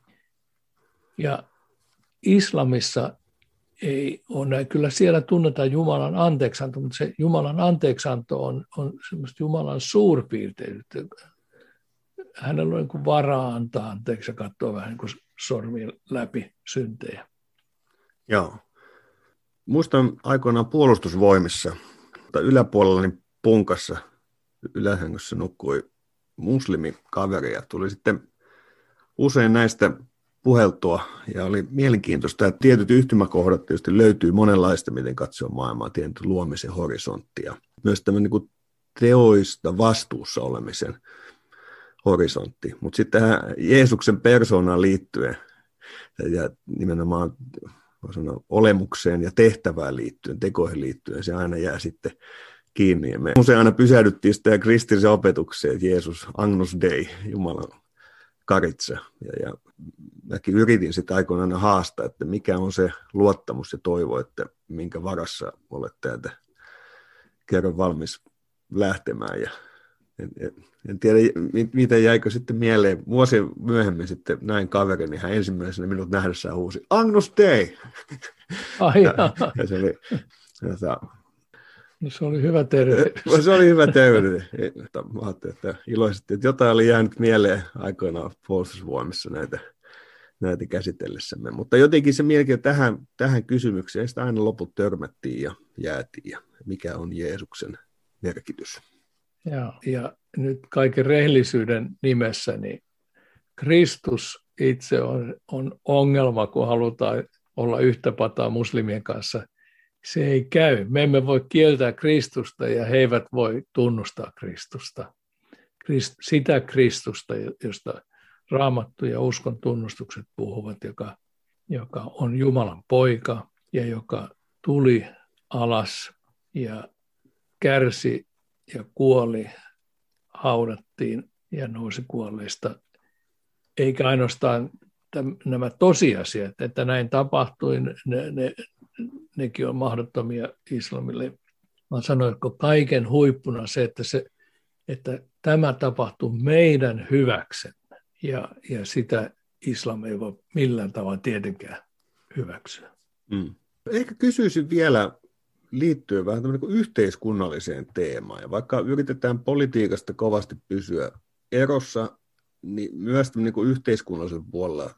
Ja islamissa ei ole, kyllä siellä tunnetaan Jumalan anteeksianto, mutta se Jumalan anteeksianto on semmoista Jumalan suurpiirteisyyttä. Hänellä on niin kuin varaa antaa anteeksi ja katsoa vähän niin kuin sormien läpi syntejä. Joo. Muistan aikoinaan puolustusvoimissa, mutta yläpuolellani punkassa ylähängyssä nukkui muslimikaveri ja tuli sitten usein näistä puheltua ja oli mielenkiintoista, että tietyt yhtymäkohdat tietysti löytyy monenlaista, miten katsoa maailmaa, tietysti luomisen horisontti ja myös tämmöinen niin kuin teoista vastuussa olemisen horisontti, mutta sitten tähän Jeesuksen persoonaan liittyen ja nimenomaan olemukseen ja tehtävään liittyen, tekoihin liittyen, se aina jää sitten kiinni. Ja me usein aina pysähdyttiin sitä kristillisen opetukseen, että Jeesus, Agnus Dei, Jumalan karitsa. Ja mäkin yritin sitä aikoinaan haastaa, että mikä on se luottamus ja toivo, että minkä varassa olet täältä kerran valmis lähtemään. Ja en tiedä, miten jäikö sitten mieleen. Vuosien myöhemmin sitten näin kaverin, niin hän ensimmäisenä minut nähdessään huusi, Agnus Dei! Ja se oli... No, se oli hyvä tervehdys. Se oli hyvä tervehdys. Mä ajattelin, että iloisesti, että jotain oli jäänyt mieleen aikoinaan puolustusvoimissa näitä käsitellessämme. Mutta jotenkin se mielenkiintoinen tähän kysymykseen sitä aina loput törmättiin ja jäätiin. Ja mikä on Jeesuksen merkitys? Ja nyt kaiken rehellisyyden nimessä, niin Kristus itse on ongelma, kun halutaan olla yhtä pataa muslimien kanssa. Se ei käy. Me emme voi kieltää Kristusta ja he eivät voi tunnustaa Kristusta. Sitä Kristusta, josta Raamattu ja uskon tunnustukset puhuvat, joka on Jumalan poika ja joka tuli alas ja kärsi ja kuoli, haudattiin ja nousi kuolleista. Eikä ainoastaan nämä tosiasiat, että näin tapahtui, nekin on mahdottomia islamille. Mä sanoin, että kaiken huippuna se, että tämä tapahtuu meidän hyväksemme. Ja sitä islam ei voi millään tavalla tietenkään hyväksyä. Ehkä kysyisin vielä liittyen vähän yhteiskunnalliseen teemaan. Ja vaikka yritetään politiikasta kovasti pysyä erossa, niin myös niin yhteiskunnallisen puolella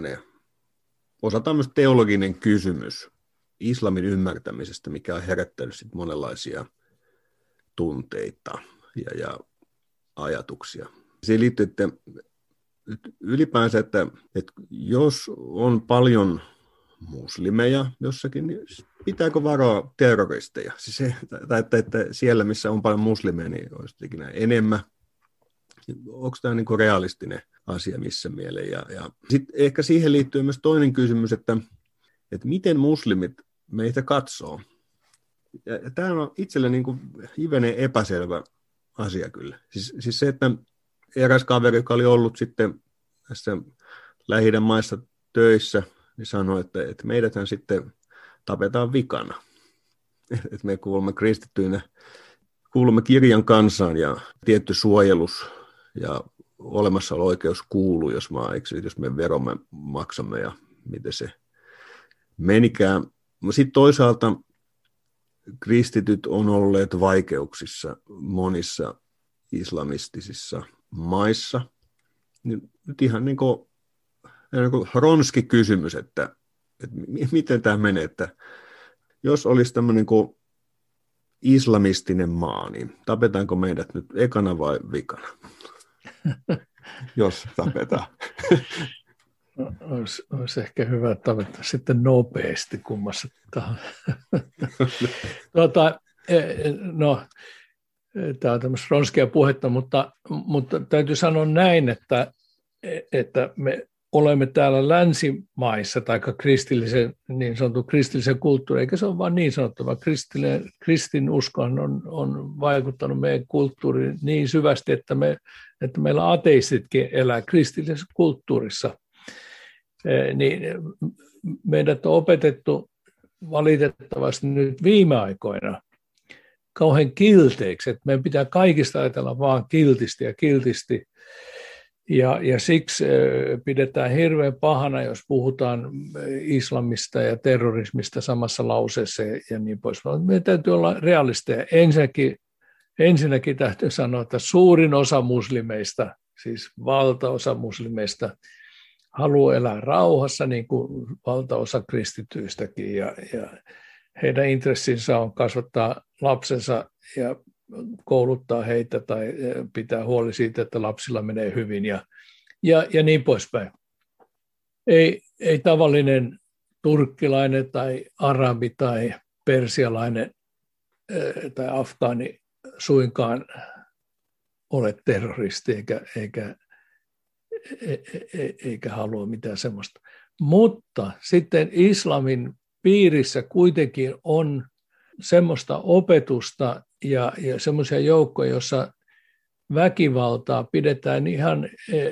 osataan myös teologinen kysymys islamin ymmärtämisestä, mikä on herättänyt sit monenlaisia tunteita ja ajatuksia. Siihen liittyy, että ylipäänsä, että jos on paljon muslimeja jossakin, niin pitääkö varoa terroristeja? Siis että siellä, missä on paljon muslimeja, niin olisi jotenkin enemmän. Onko tämä niin kuin realistinen asia missä mieleen? Ja sitten ehkä siihen liittyy myös toinen kysymys, että miten muslimit meitä katsoo. Ja tämä on itselle niin kuin hivenen epäselvä asia kyllä. Siis se, että eräs kaveri, joka oli ollut sitten tässä Lähi-idän maissa töissä, niin sanoi, että meidäthän sitten tapetaan vikana. Että me kuulumme kristittyinä, kuulumme kirjan kansaan ja tietty suojelus ja olemassaolo-oikeus kuuluu, jos me veromme maksamme ja miten se menikään. Sitten toisaalta kristityt on olleet vaikeuksissa monissa islamistisissa maissa. Nyt ihan niin kuin ronski kysymys, että miten tämä menee, että jos olisi tämmöinen kuin islamistinen maa, niin tapetaanko meidät nyt ekana vai vikana? Jos tapetaan. Olisi ehkä hyvä tavata sitten nopeasti kummassa. Tämä on tämmöistä ronskia puhetta, mutta täytyy sanoa näin, että me olemme täällä länsimaissa tai niin sanottu kristillisen kulttuurin, eikä se ole vain niin sanottu, vaan kristinusko on vaikuttanut meidän kulttuuriin niin syvästi, että meillä ateistitkin elää kristillisessä kulttuurissa. Niin meidät on opetettu valitettavasti nyt viime aikoina kauhean kilteiksi, että meidän pitää kaikista ajatella vaan kiltisti. Ja siksi pidetään hirveän pahana, jos puhutaan islamista ja terrorismista samassa lauseessa ja niin pois. Meidän täytyy olla realisteja. Ensinnäkin täytyy sanoa, että suurin osa muslimeista, siis valtaosa muslimeista, haluaa elää rauhassa, niin kuin valtaosa kristityistäkin, ja heidän intressinsä on kasvattaa lapsensa ja kouluttaa heitä tai pitää huoli siitä, että lapsilla menee hyvin ja niin poispäin. Ei tavallinen turkkilainen tai arabi tai persialainen tai afgaani suinkaan ole terroristi eikä halua mitään semmoista. Mutta sitten islamin piirissä kuitenkin on semmoista opetusta ja semmoisia joukkoja, joissa väkivaltaa pidetään ihan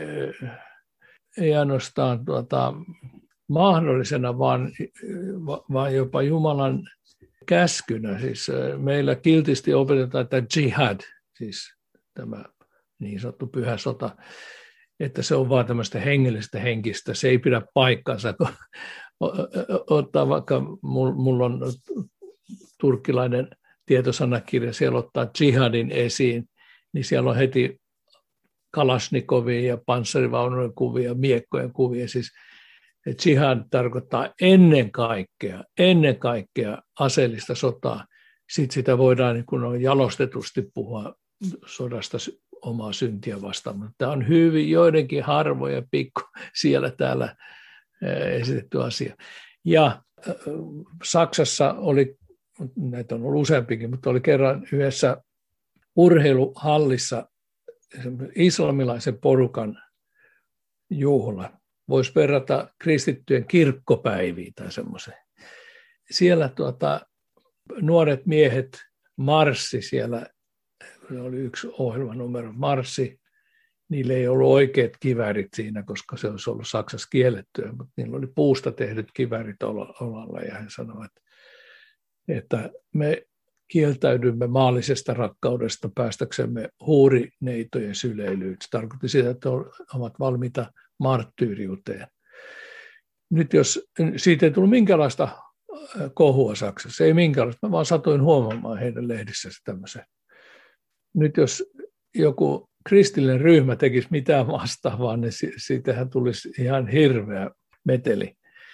ei ainoastaan mahdollisena, vaan jopa Jumalan käskynä. Siis meillä kiltisti opetetaan, että jihad, siis tämä niin sanottu pyhä sota, että se on vaan tämmöistä hengellistä henkistä. Se ei pidä paikkansa, kun ottaa vaikka, mulla on turkkilainen tietosanakirja, siellä ottaa jihadin esiin, niin siellä on heti kalasnikovia ja panssarivaunujen kuvia, miekkojen kuvia. Siis jihad tarkoittaa ennen kaikkea aseellista sotaa. Sitten sitä voidaan niin kun on jalostetusti puhua sodasta omaa syntiä vastaan. Mutta tämä on hyvin joidenkin harvoja pikku siellä täällä esitetty asia. Ja Saksassa oli, näitä on ollut useampikin, mutta oli kerran yhdessä urheiluhallissa islamilaisen porukan juhla. Voisi verrata kristittyjen kirkkopäiviin tai semmoiseen. Siellä nuoret miehet marssi siellä, oli yksi ohjelmanumero, marssi. Niillä ei ollut oikeat kiväärit siinä, koska se olisi ollut Saksassa kiellettyä, mutta niillä oli puusta tehdyt kiväärit olalla ja he sanoivat, että me kieltäydymme maallisesta rakkaudesta päästäksemme huurineitojen syleilyyn. Se tarkoitti sitä, että ovat valmiita marttyyriuteen. Nyt jos siitä ei tullut minkäänlaista kohua Saksassa, ei minkäänlaista, mä vaan satuin huomaamaan heidän lehdissä tämmöisen. Nyt jos joku kristillinen ryhmä tekisi mitään vastaavaa, niin siitähän tulisi ihan hirveä meteli.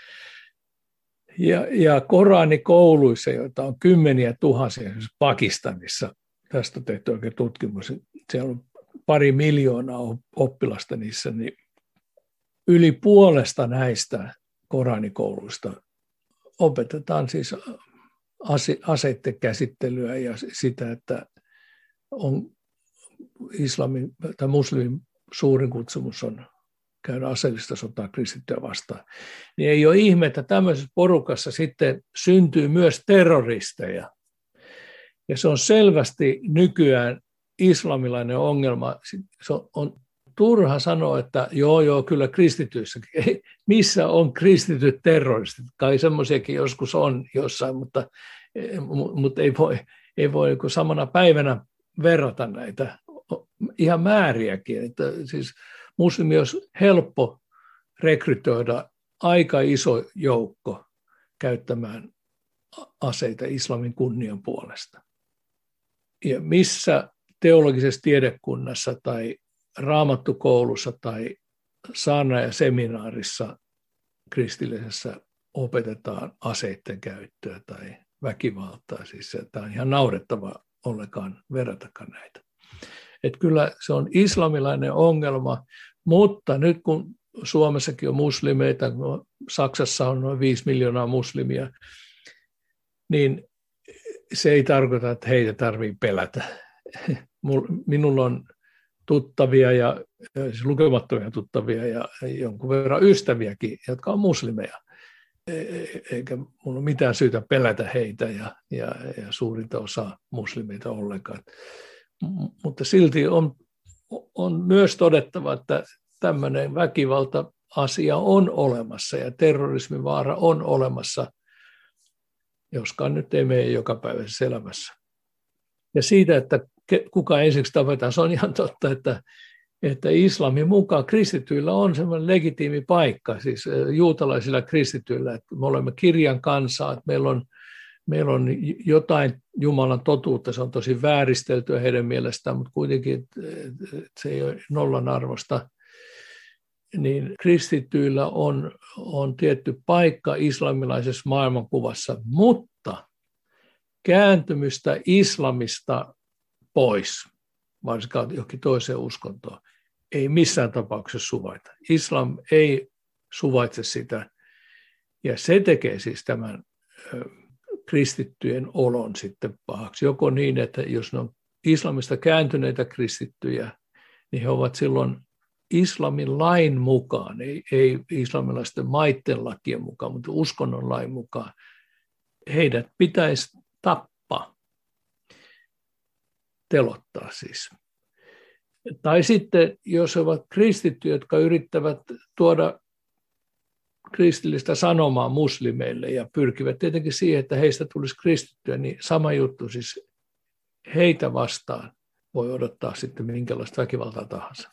Ja Koranikouluissa, joita on kymmeniä tuhansia, Pakistanissa, tästä on tehty oikein tutkimus, siellä on 2 miljoonaa oppilasta niissä, niin yli puolesta näistä Koranikouluista opetetaan siis aseiden käsittelyä ja sitä, että on islamin tai muslimin suurin kutsumus on käydä aseellista sotaa kristittyä vastaan. Niin ei ole ihme, että tämmöisessä porukassa sitten syntyy myös terroristeja. Ja se on selvästi nykyään islamilainen ongelma. Se on turha sanoa, että joo, kyllä kristityissäkin. Missä on kristityt terroristit? Kai semmoisiakin joskus on jossain, mutta ei voi samana päivänä verrata näitä ihan määriäkin. Että siis muslimi olisi helppo rekrytoida aika iso joukko käyttämään aseita islamin kunnian puolesta. Ja missä teologisessa tiedekunnassa tai raamattukoulussa tai saarnaajaseminaarissa kristillisessä opetetaan aseiden käyttöä tai väkivaltaa. Siis tämä on ihan naurettava ollenkaan verratakaan näitä. Että kyllä se on islamilainen ongelma, mutta nyt kun Suomessakin on muslimeita, Saksassa on noin 5 miljoonaa muslimia, niin se ei tarkoita, että heitä tarvitsee pelätä. Minulla on tuttavia ja siis lukemattomia tuttavia ja jonkun verran ystäviäkin, jotka on muslimeja. Eikä minulla ole mitään syytä pelätä heitä ja suurinta osaa muslimeita ollenkaan. Mutta silti on myös todettava, että tämmöinen väkivalta-asia on olemassa ja terrorismin vaara on olemassa, joskaan nyt ei mene jokapäiväisessä elämässä. Ja siitä, että kuka ensiksi tapetaan, se on ihan totta, että islamin mukaan kristityillä on semmoinen legitiimi paikka, siis juutalaisilla kristityillä, että me olemme kirjan kansaa, että meillä on jotain Jumalan totuutta, se on tosi vääristeltyä heidän mielestään, mutta kuitenkin se ei ole nollan arvosta, niin kristityillä on tietty paikka islamilaisessa maailmankuvassa, mutta kääntymystä islamista pois, varsinkaan johonkin toiseen uskontoon, ei missään tapauksessa suvaita. Islam ei suvaitse sitä, ja se tekee siis tämän kristittyjen olon sitten pahaksi. Joko niin, että jos ne on islamista kääntyneitä kristittyjä, niin he ovat silloin islamin lain mukaan, ei islamilaisten maiden lakien mukaan, mutta uskonnon lain mukaan. Heidät pitäisi tappaa, telottaa siis. Tai sitten, jos he ovat kristittyjä, jotka yrittävät tuoda kristillistä sanomaa muslimeille ja pyrkivät tietenkin siihen, että heistä tulisi kristittyä, niin sama juttu, siis heitä vastaan voi odottaa sitten minkälaista väkivaltaa tahansa.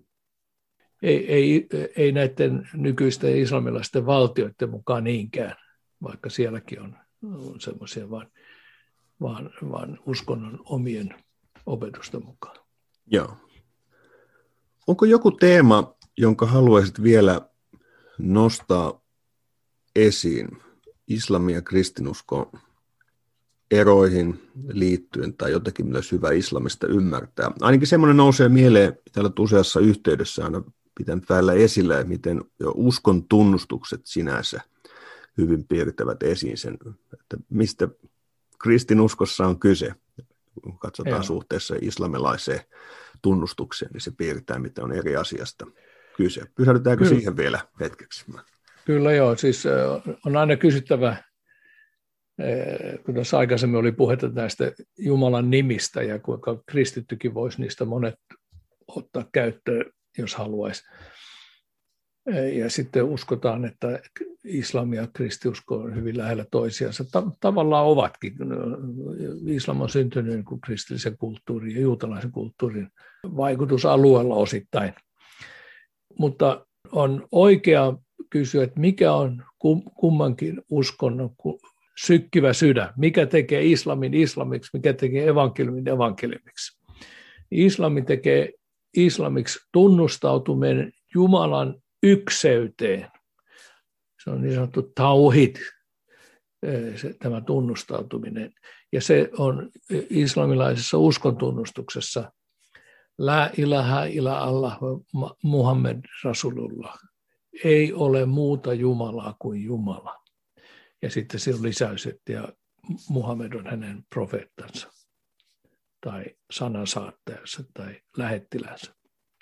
Ei näiden nykyisten islamilaisten valtioiden mukaan niinkään, vaikka sielläkin on semmoisia, vaan uskonnon omien opetusten mukaan. Joo. Onko joku teema, jonka haluaisit vielä nostaa esiin islamin ja kristinuskon eroihin liittyen tai jotenkin myös hyvä islamista ymmärtää? Ainakin semmoinen nousee mieleen täällä useassa yhteydessä aina pitänyt täällä esillä, miten jo uskon tunnustukset sinänsä hyvin piirtävät esiin sen, että mistä kristinuskossa on kyse. Kun katsotaan suhteessa islamilaiseen tunnustukseen, niin se piirtää, mitä on eri asiasta kyse. Pysähdytäänkö siihen vielä hetkeksi? Kyllä joo, siis on aina kysyttävä, kun tässä aikaisemmin oli puhetta näistä Jumalan nimistä ja kuinka kristittykin voisi niistä monet ottaa käyttöön, jos haluaisi. Ja sitten uskotaan, että islam ja kristiusko on hyvin lähellä toisiansa. Tavallaan ovatkin. Islam on syntynyt kuin kristillisen kulttuurin ja juutalaisen kulttuurin vaikutusalueella osittain. Mutta on oikea kysyä, että mikä on kummankin uskonnon sykkivä sydän. Mikä tekee islamin islamiksi, mikä tekee evankeliumin evankeliumiksi. Islami tekee islamiksi tunnustautuminen Jumalan ykseyteen. Se on niin sanottu tauhid, tämä tunnustautuminen. Ja se on islamilaisessa uskontunnustuksessa la ilaha illa Allah Muhammed Rasulullah. Ei ole muuta Jumalaa kuin Jumala. Ja sitten se on lisäys, että ja Muhammed on hänen profeettansa tai sanansaattajansa tai lähettilänsä.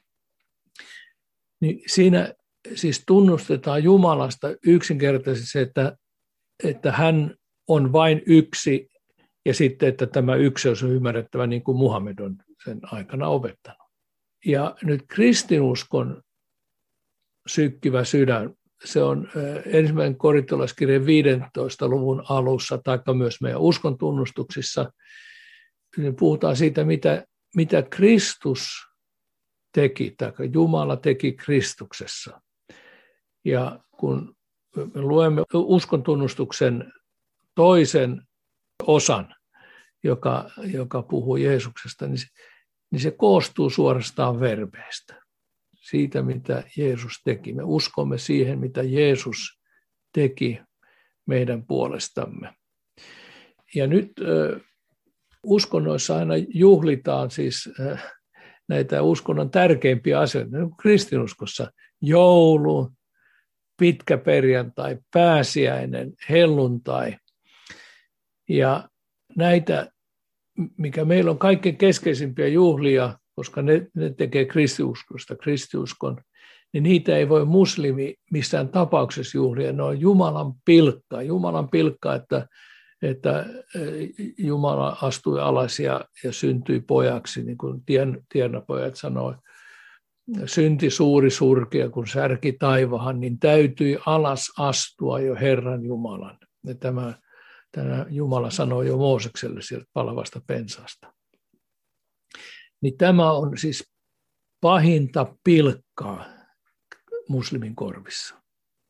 Niin siinä siis tunnustetaan Jumalasta yksinkertaisesti se, että hän on vain yksi ja sitten, että tämä ykseys on ymmärrettävä niin kuin Muhammed on sen aikana opettanut. Ja nyt kristinuskon sykkivä sydän, se on ensimmäinen korintolaiskirjan 15. luvun alussa, taikka myös meidän uskon tunnustuksissa, niin puhutaan siitä, mitä Kristus teki, tai Jumala teki Kristuksessa. Ja kun me luemme uskon tunnustuksen toisen osan, joka puhuu Jeesuksesta, niin se koostuu suorastaan verbeistä. Siitä, mitä Jeesus teki. Me uskomme siihen, mitä Jeesus teki meidän puolestamme. Ja nyt uskonnoissa aina juhlitaan siis näitä uskonnon tärkeimpiä asioita. Kristinuskossa joulu, pitkä perjantai, pääsiäinen, helluntai. Ja näitä, mikä meillä on kaikkein keskeisimpiä juhlia, koska ne tekee kristiuskon, niin niitä ei voi muslimi missään tapauksessa juhlia. Ne on Jumalan pilkka, että Jumala astui alas ja syntyi pojaksi, niin kuin tiennapojat sanoi. Synti suuri surkea, kun särki taivahan, niin täytyi alas astua jo Herran Jumalan. Ja tämä Jumala sanoi jo Moosekselle sieltä palavasta pensaasta. Niin tämä on siis pahinta pilkkaa muslimin korvissa.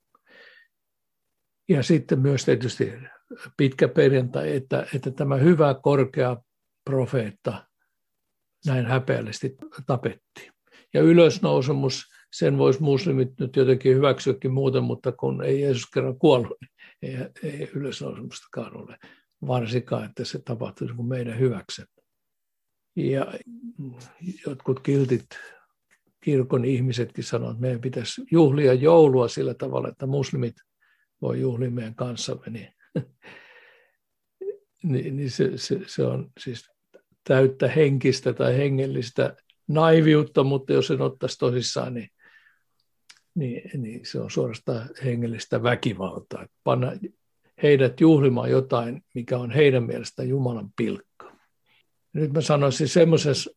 Ja sitten myös tietysti pitkä perjantai, että tämä hyvä korkea profeetta näin häpeällisesti tapettiin. Ja ylösnousemus, sen voisi muslimit nyt jotenkin hyväksyäkin muuten, mutta kun ei Jeesus kerran kuollut, niin ei ylösnousemustakaan ole. Varsinkaan, että se tapahtuisi kuin meidän hyväksemme. Ja jotkut kiltit kirkon ihmisetkin sanoo, että meidän pitäisi juhlia joulua sillä tavalla, että muslimit voi juhlia meidän kanssamme. Niin se on siis täyttä henkistä tai hengellistä naiviutta, mutta jos sen ottaisi tosissaan, niin se on suorastaan hengellistä väkivaltaa. Panna heidät juhlimaan jotain, mikä on heidän mielestään Jumalan pilkka. Nyt mä sanoisin semmoisessa,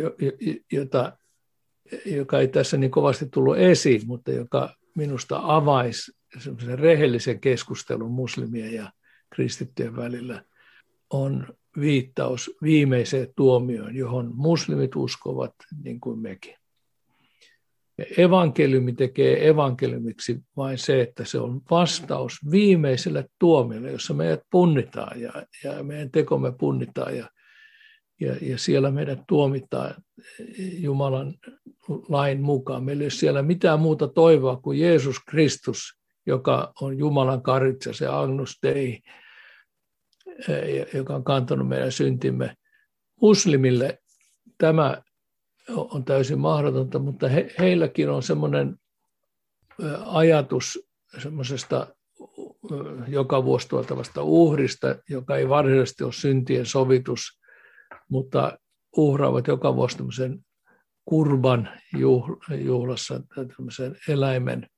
joka ei tässä niin kovasti tullut esiin, mutta joka minusta avaisi semmoisen rehellisen keskustelun muslimien ja kristittyjen välillä, on viittaus viimeiseen tuomioon, johon muslimit uskovat niin kuin mekin. Ja evankeliumi tekee evankeliumiksi vain se, että se on vastaus viimeiselle tuomiolle, jossa meidät punnitaan ja meidän tekomme punnitaan ja siellä meidät tuomitaan Jumalan lain mukaan. Meillä ei ole siellä mitään muuta toivoa kuin Jeesus Kristus, joka on Jumalan karitsa, se Agnus Dei, joka on kantanut meidän syntimme. Muslimille tämä on täysin mahdotonta, mutta heilläkin on semmoinen ajatus semmoisesta joka vuosi tuotavasta uhrista, joka ei varsinaisesti ole syntien sovitus, mutta uhraavat joka vuosi tämmöisen kurban juhlassa, tämmöisen eläimen.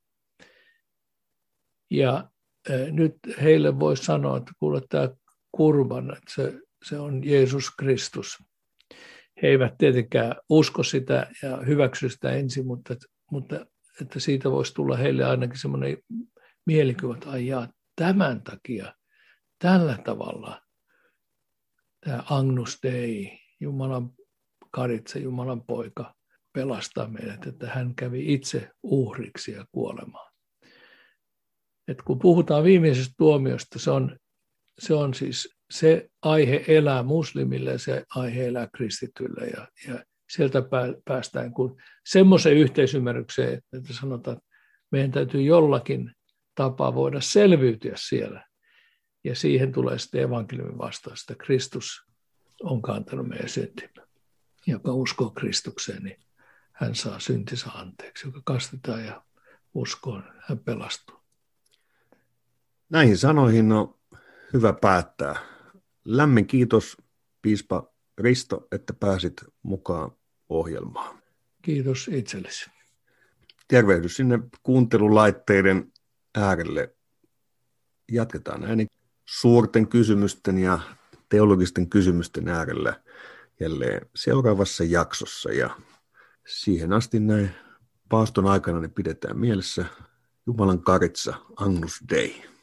Ja nyt heille voi sanoa, että kuule tämä kurban, että se on Jeesus Kristus. He eivät tietenkään usko sitä ja hyväksy sitä ensin, mutta että siitä voisi tulla heille ainakin semmoinen mielikuva, että tämän takia, tällä tavalla tämä Agnus Dei, Jumalan karitsa, Jumalan poika, pelastaa meidät, että hän kävi itse uhriksi ja kuolemaan. Et kun puhutaan viimeisestä tuomiosta, se on siis se aihe elää muslimille ja se aihe elää kristityille. Ja sieltä päästään semmoiseen yhteisymmärrykseen, että sanotaan, että meidän täytyy jollakin tapaa voida selviytyä siellä. Ja siihen tulee sitten evankeliumin vastaus, että Kristus on kantanut meidän syntimme. Joka uskoo Kristukseen, niin hän saa syntinsä anteeksi. Joka kastetaan ja uskoo, hän pelastuu. Näihin sanoihin on hyvä päättää. Lämmin kiitos, piispa Risto, että pääsit mukaan ohjelmaan. Kiitos itsellesi. Tervehdys sinne kuuntelulaitteiden äärelle. Jatketaan näin suurten kysymysten ja teologisten kysymysten äärellä jälleen seuraavassa jaksossa. Ja siihen asti näin paaston aikana ne pidetään mielessä Jumalan karitsa Agnus Dei.